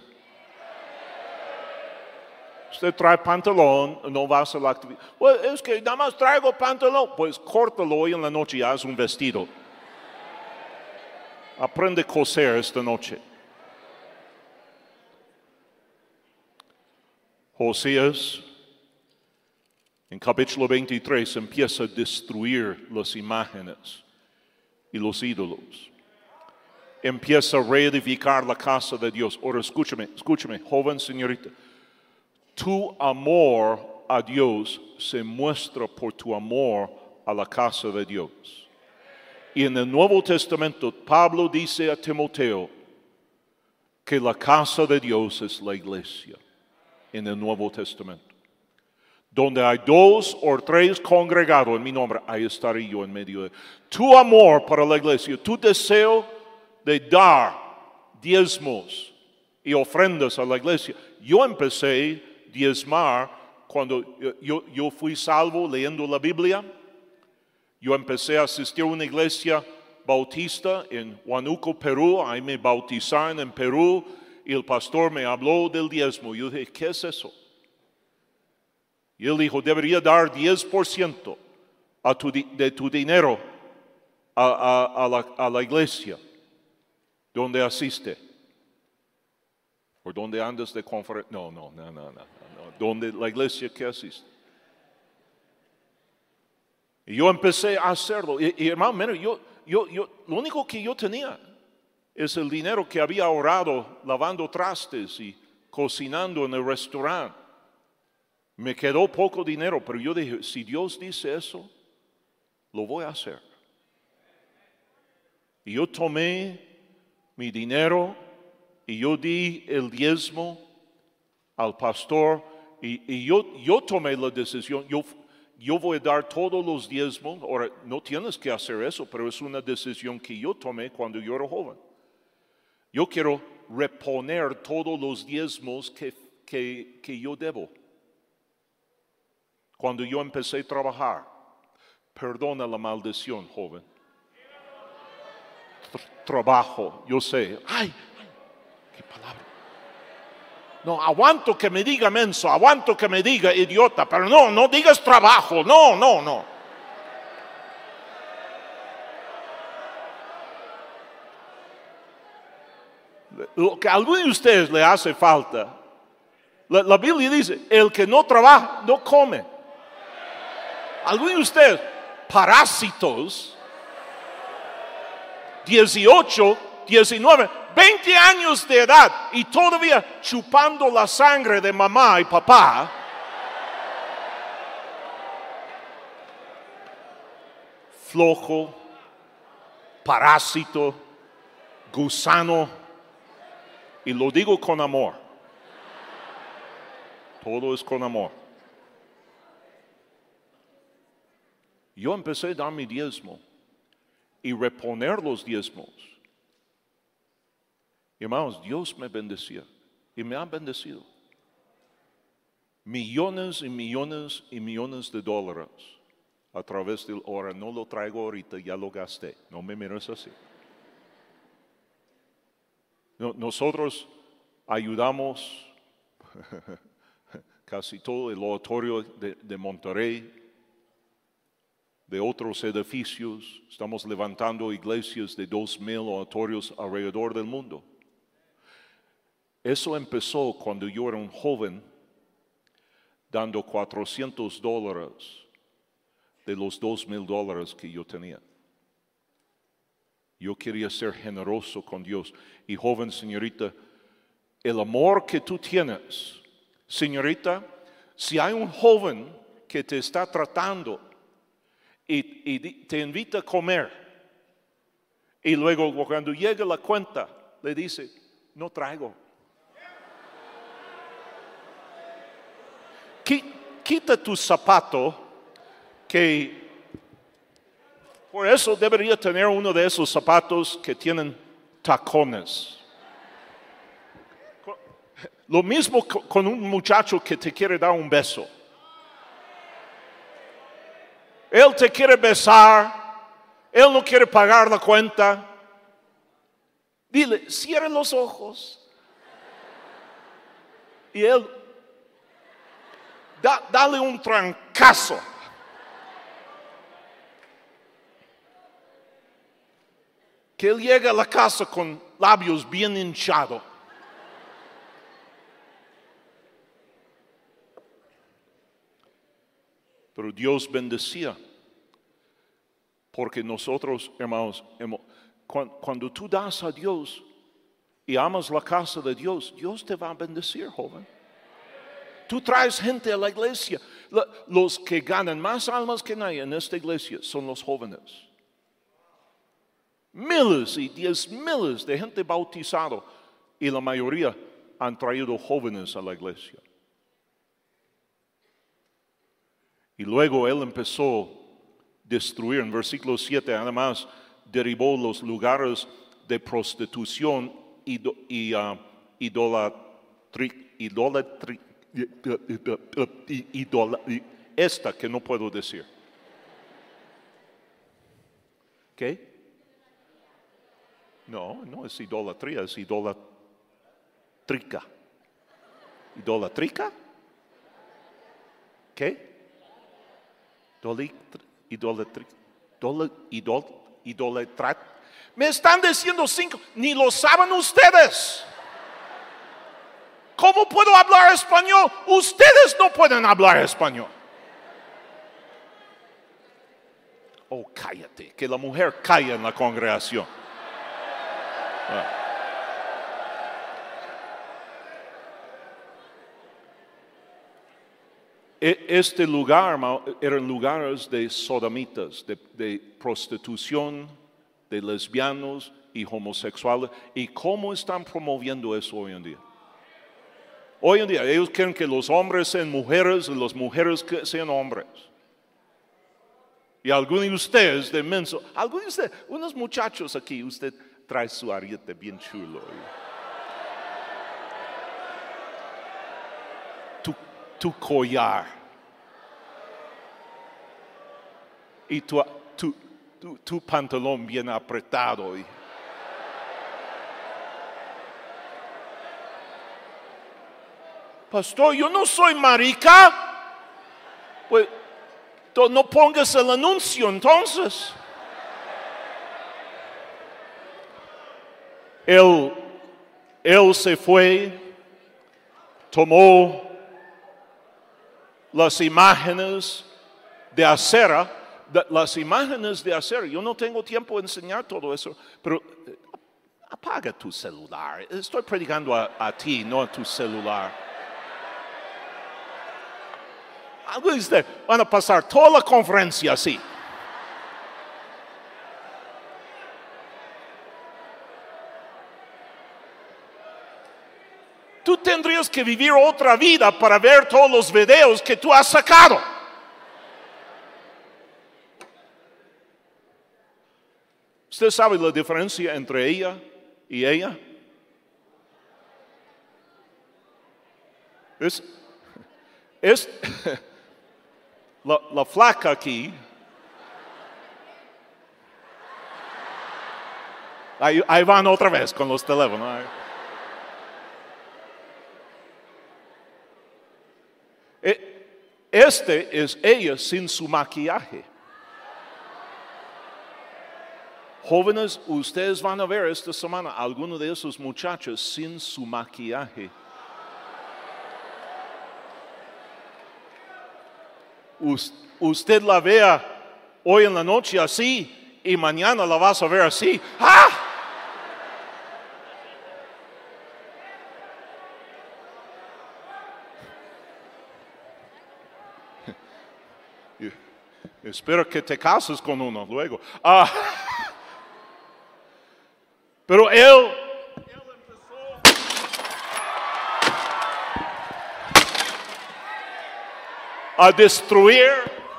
Usted trae pantalón, no va a hacer la actividad. Well, es que nada más traigo pantalón. Pues córtalo hoy en la noche y haz un vestido. Aprende a coser esta noche. Josías En capítulo veintitrés empieza a destruir las imágenes y los ídolos. Empieza a reedificar la casa de Dios. Ahora escúchame, escúchame, joven señorita. Tu amor a Dios se muestra por tu amor a la casa de Dios. Y en el Nuevo Testamento, Pablo dice a Timoteo que la casa de Dios es la iglesia. En el Nuevo Testamento. Donde hay dos o tres congregados en mi nombre, ahí estaré yo en medio de tu amor para la iglesia, tu deseo de dar diezmos y ofrendas a la iglesia. Yo empecé a diezmar cuando yo, yo fui salvo leyendo la Biblia. Yo empecé a asistir a una iglesia bautista en Huánuco, Perú. Ahí me bautizaron en Perú y el pastor me habló del diezmo. Yo dije, ¿qué es eso? Y él dijo, debería dar diez por ciento a tu, de tu dinero a, a, a, la, a la iglesia donde asiste. ¿O donde andas de conferencia? No, no, no, no, no, no. Donde la iglesia que asiste. Y yo empecé a hacerlo. Y, y hermano, mira, yo, yo, yo, lo único que yo tenía es el dinero que había ahorrado lavando trastes y cocinando en el restaurante. Me quedó poco dinero, pero yo dije, si Dios dice eso, lo voy a hacer. Y yo tomé mi dinero y yo di el diezmo al pastor y, y yo, yo tomé la decisión, yo, yo voy a dar todos los diezmos. Ahora, no tienes que hacer eso, pero es una decisión que yo tomé cuando yo era joven. Yo quiero reponer todos los diezmos que, que, que yo debo. Cuando yo empecé a trabajar, perdona la maldición, joven. Tr- trabajo, yo sé. Ay, ay, qué palabra. No, aguanto que me diga menso, aguanto que me diga idiota, pero no, no digas trabajo, no, no, no. Lo que a alguno de ustedes le hace falta, la, la Biblia dice, el que no trabaja, no come. Algunos de ustedes, parásitos, dieciocho, diecinueve, veinte años de edad y todavía chupando la sangre de mamá y papá. Flojo, parásito, gusano, y lo digo con amor. Todo es con amor. Yo empecé a dar mi diezmo y reponer los diezmos. Hermanos, Dios me bendecía y me ha bendecido. Millones y millones y millones de dólares a través del ahora. No lo traigo ahorita, ya lo gasté. No me mires así. No, nosotros ayudamos casi todo el oratorio de, de Monterrey, de otros edificios. Estamos levantando iglesias de dos mil oratorios alrededor del mundo. Eso empezó cuando yo era un joven, dando cuatrocientos dólares de los dos mil dólares que yo tenía. Yo quería ser generoso con Dios. Y joven señorita, el amor que tú tienes, señorita, si hay un joven que te está tratando y, y te invita a comer, y luego cuando llega la cuenta, le dice, no traigo. Quita tu zapato, que por eso debería tener uno de esos zapatos que tienen tacones. Lo mismo con un muchacho que te quiere dar un beso. Él te quiere besar, él no quiere pagar la cuenta. Dile, cierra los ojos. Y él, da, dale un trancazo. Que él llegue a la casa con labios bien hinchados. pero Dios bendecía. Porque nosotros, hermanos, hemos, cuando, cuando tú das a Dios y amas la casa de Dios, Dios te va a bendecir, joven. Tú traes gente a la iglesia. La, los que ganan más almas que nadie en esta iglesia son los jóvenes. Miles y diez miles de gente bautizada y la mayoría han traído jóvenes a la iglesia. Y luego él empezó a destruir, en versículo siete, además derribó los lugares de prostitución y, y uh, idolatría, idolatría, idolatría, esta que no puedo decir. ¿Qué? No, no es idolatría, es idolatrica. ¿Idolatrica? ¿Qué? Idolatría. Idolatría. Me están diciendo cinco, ni lo saben ustedes. ¿Cómo puedo hablar español? Ustedes no pueden hablar español. Oh, cállate, que la mujer calla en la congregación. Ah. Este lugar eran lugares de sodomitas, de, de prostitución, de lesbianos y homosexuales. ¿Y cómo están promoviendo eso hoy en día? Hoy en día ellos quieren que los hombres sean mujeres y las mujeres que sean hombres. Y algunos de ustedes de menso, algunos de ustedes, unos muchachos aquí, usted trae su ariete bien chulo. Tu, tu collar. Y tu, tu, tu, tu pantalón bien apretado. Y, pastor, yo no soy marica. Pues no pongas el anuncio entonces. Él, él se fue, tomó las imágenes de acera, de, las imágenes de acera. Yo no tengo tiempo de enseñar todo eso, pero apaga tu celular. Estoy predicando a, a ti, no a tu celular. Algunos de ustedes van a pasar toda la conferencia así. Tú tendrías que vivir otra vida para ver todos los videos que tú has sacado. ¿Usted sabe la diferencia entre ella y ella? Es, es la, la flaca aquí. Ahí, ahí van otra vez con los teléfonos. Este es ella sin su maquillaje. Jóvenes, ustedes van a ver esta semana a algunos de esos muchachos sin su maquillaje. Usted la vea hoy en la noche así y mañana la vas a ver así. ¡Ah! Espero que te cases con uno luego. Ah, pero él, él empezó a destruir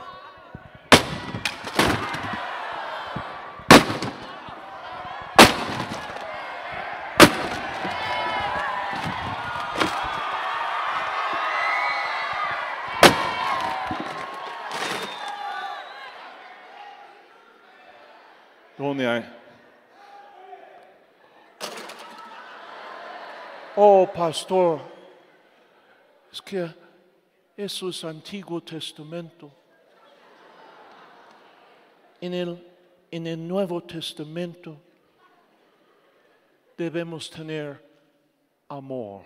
¿dónde hay? Oh, pastor, es que eso es Antiguo Testamento. En el, en el Nuevo Testamento debemos tener amor.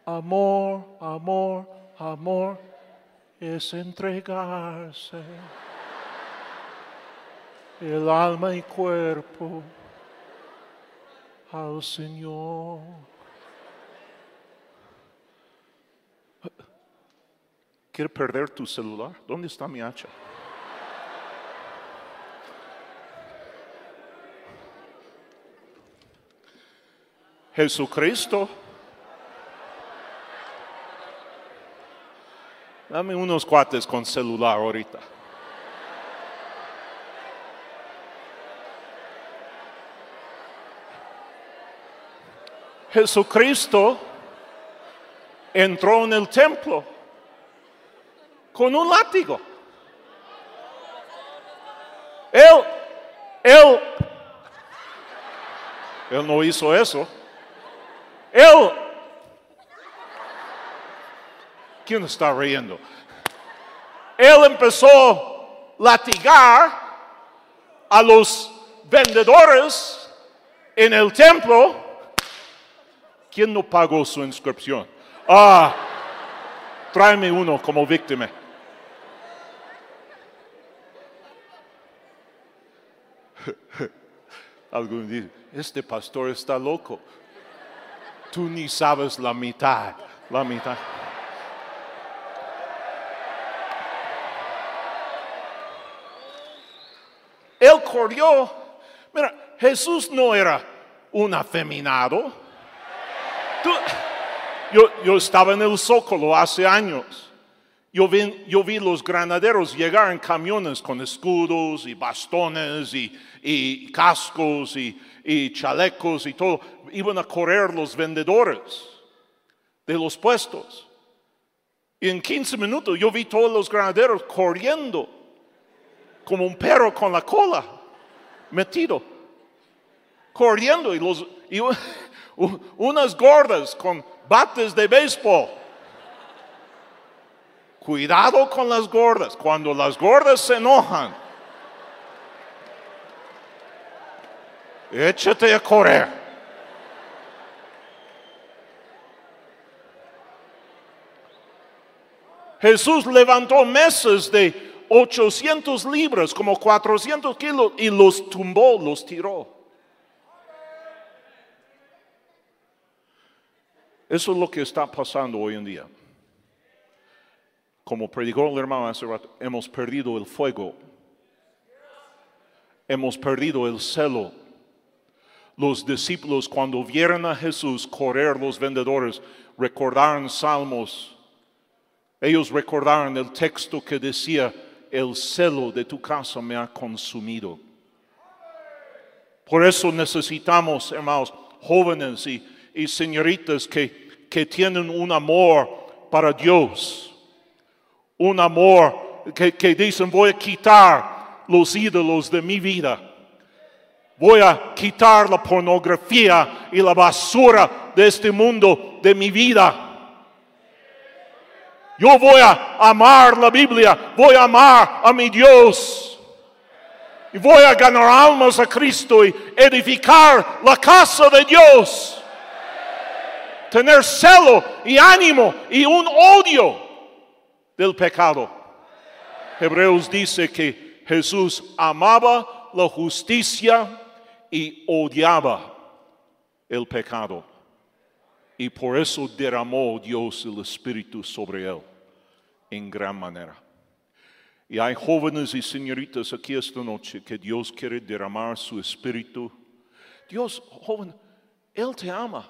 amor, amor, amor es entregarse el alma y cuerpo al Señor. ¿Quieres perder tu celular? ¿Dónde está mi hacha? Jesucristo. Dame unos cuates con celular ahorita. Jesucristo entró en el templo con un látigo. Él, él, él no hizo eso. Él, ¿quién está riendo? Él empezó a latigar a los vendedores en el templo. ¿Quién no pagó su inscripción? Ah, tráeme uno como víctima. Algunos dicen, este pastor está loco. Tú ni sabes la mitad, la mitad. Él corrió. Mira, Jesús no era un afeminado. Tú, yo, yo estaba en el Zócalo hace años. Yo vi, yo vi los granaderos llegar en camiones con escudos y bastones y, y cascos y, y chalecos y todo. Iban a correr los vendedores de los puestos. Y en quince minutos yo vi todos los granaderos corriendo como un perro con la cola metido. Corriendo y, los, y unas gordas con bates de béisbol. Cuidado con las gordas. Cuando las gordas se enojan, échate a correr. Jesús levantó mesas de ochocientas libras, como cuatrocientos kilos, y los tumbó, los tiró. Eso es lo que está pasando hoy en día. Como predicó el hermano hace rato, hemos perdido el fuego. Hemos perdido el celo. Los discípulos, cuando vieron a Jesús correr los vendedores, recordaron salmos. Ellos recordaron el texto que decía, el celo de tu casa me ha consumido. Por eso necesitamos, hermanos, jóvenes y, y señoritas que, que tienen un amor para Dios. Un amor que, que dicen, voy a quitar los ídolos de mi vida. Voy a quitar la pornografía y la basura de este mundo de mi vida. Yo voy a amar la Biblia, voy a amar a mi Dios. Y voy a ganar almas a Cristo y edificar la casa de Dios. Tener celo y ánimo y un odio del pecado. Hebreos dice que Jesús amaba la justicia y odiaba el pecado. Y por eso derramó Dios el Espíritu sobre él en gran manera. Y hay jóvenes y señoritas aquí esta noche que Dios quiere derramar su Espíritu. Dios, joven, Él te ama.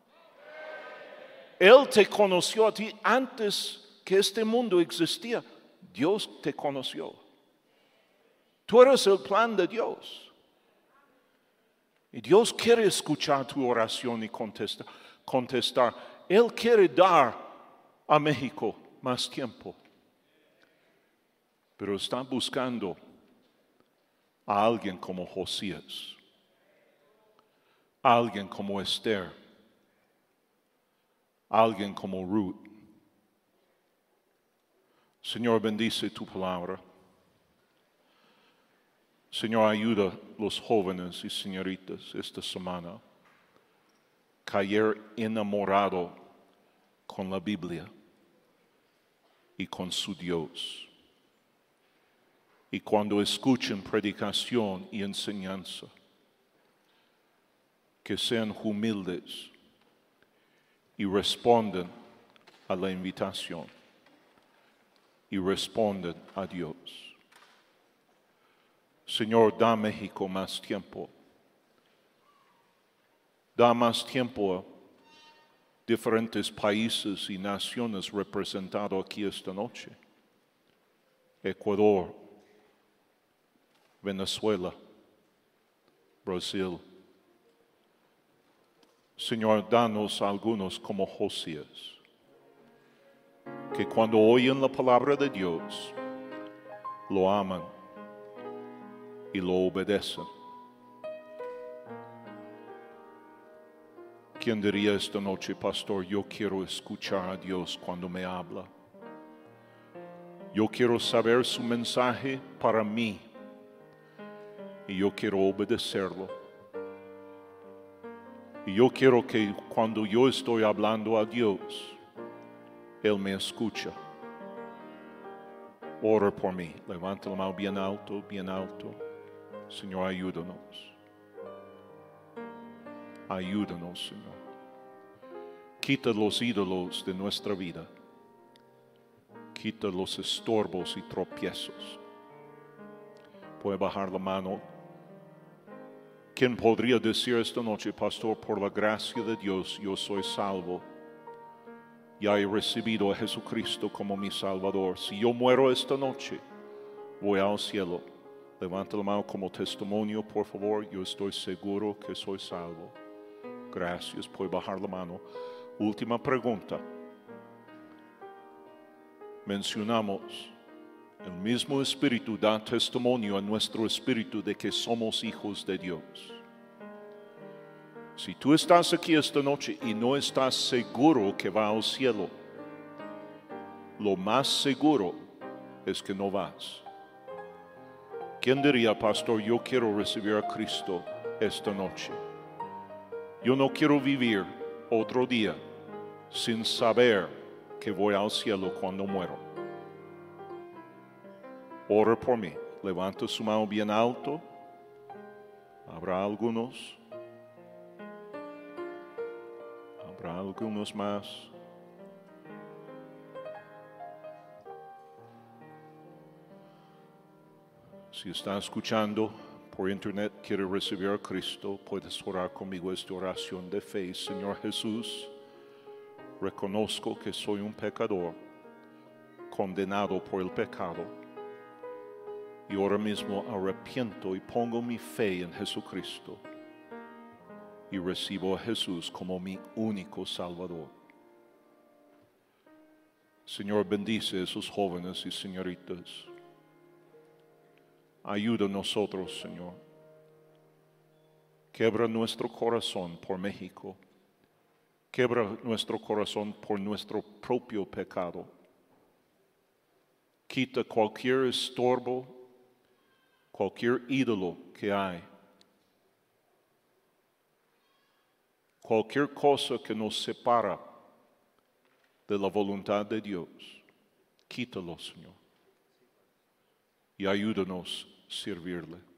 Él te conoció a ti antes que este mundo existía. Dios te conoció. Tú eres el plan de Dios. Y Dios quiere escuchar tu oración y contestar. contestar. Él quiere dar a México más tiempo. Pero está buscando a alguien como Josías. A alguien como Esther. A alguien como Ruth. Señor, bendice tu palabra. Señor, ayuda a los jóvenes y señoritas esta semana. Caer enamorado con la Biblia y con su Dios. Y cuando escuchen predicación y enseñanza, que sean humildes y respondan a la invitación y respondan a Dios. Señor, da a México más tiempo. Da más tiempo a diferentes países y naciones representados aquí esta noche. Ecuador, Venezuela, Brasil. Señor, danos algunos como Josías, que cuando oyen la palabra de Dios, lo aman y lo obedecen. ¿Quién diría esta noche, pastor, yo quiero escuchar a Dios cuando me habla? Yo quiero saber su mensaje para mí y yo quiero obedecerlo. Y yo quiero que cuando yo estoy hablando a Dios, Él me escucha. Ora por mí. Levanta la mano bien alto, bien alto. Señor, ayúdanos. Ayúdanos, Señor. Quita los ídolos de nuestra vida. Quita los estorbos y tropiezos. Puede bajar la mano. ¿Quién podría decir esta noche, pastor, por la gracia de Dios, yo soy salvo? Ya he recibido a Jesucristo como mi Salvador. Si yo muero esta noche, voy al cielo. Levanta la mano como testimonio, por favor. Yo estoy seguro que soy salvo. Gracias. Puede bajar la mano. Última pregunta. Mencionamos, el mismo Espíritu da testimonio a nuestro espíritu de que somos hijos de Dios. Si tú estás aquí esta noche y no estás seguro que va al cielo, lo más seguro es que no vas. ¿Quién diría, pastor, yo quiero recibir a Cristo esta noche? Yo no quiero vivir otro día sin saber que voy al cielo cuando muero. Ora por mí. Levanta su mano bien alto. Habrá algunos. Habrá algunos más. Si está escuchando por internet, quiere recibir a Cristo, puedes orar conmigo esta oración de fe. Señor Jesús, reconozco que soy un pecador, condenado por el pecado. Y ahora mismo arrepiento y pongo mi fe en Jesucristo. Y recibo a Jesús como mi único Salvador. Señor, bendice a esos jóvenes y señoritas. Ayuda a nosotros, Señor. Quebra nuestro corazón por México. Quebra nuestro corazón por nuestro propio pecado. Quita cualquier estorbo, cualquier ídolo que hay. Cualquier cosa que nos separa de la voluntad de Dios. Quítalo, Señor. Y ayúdanos a servirle.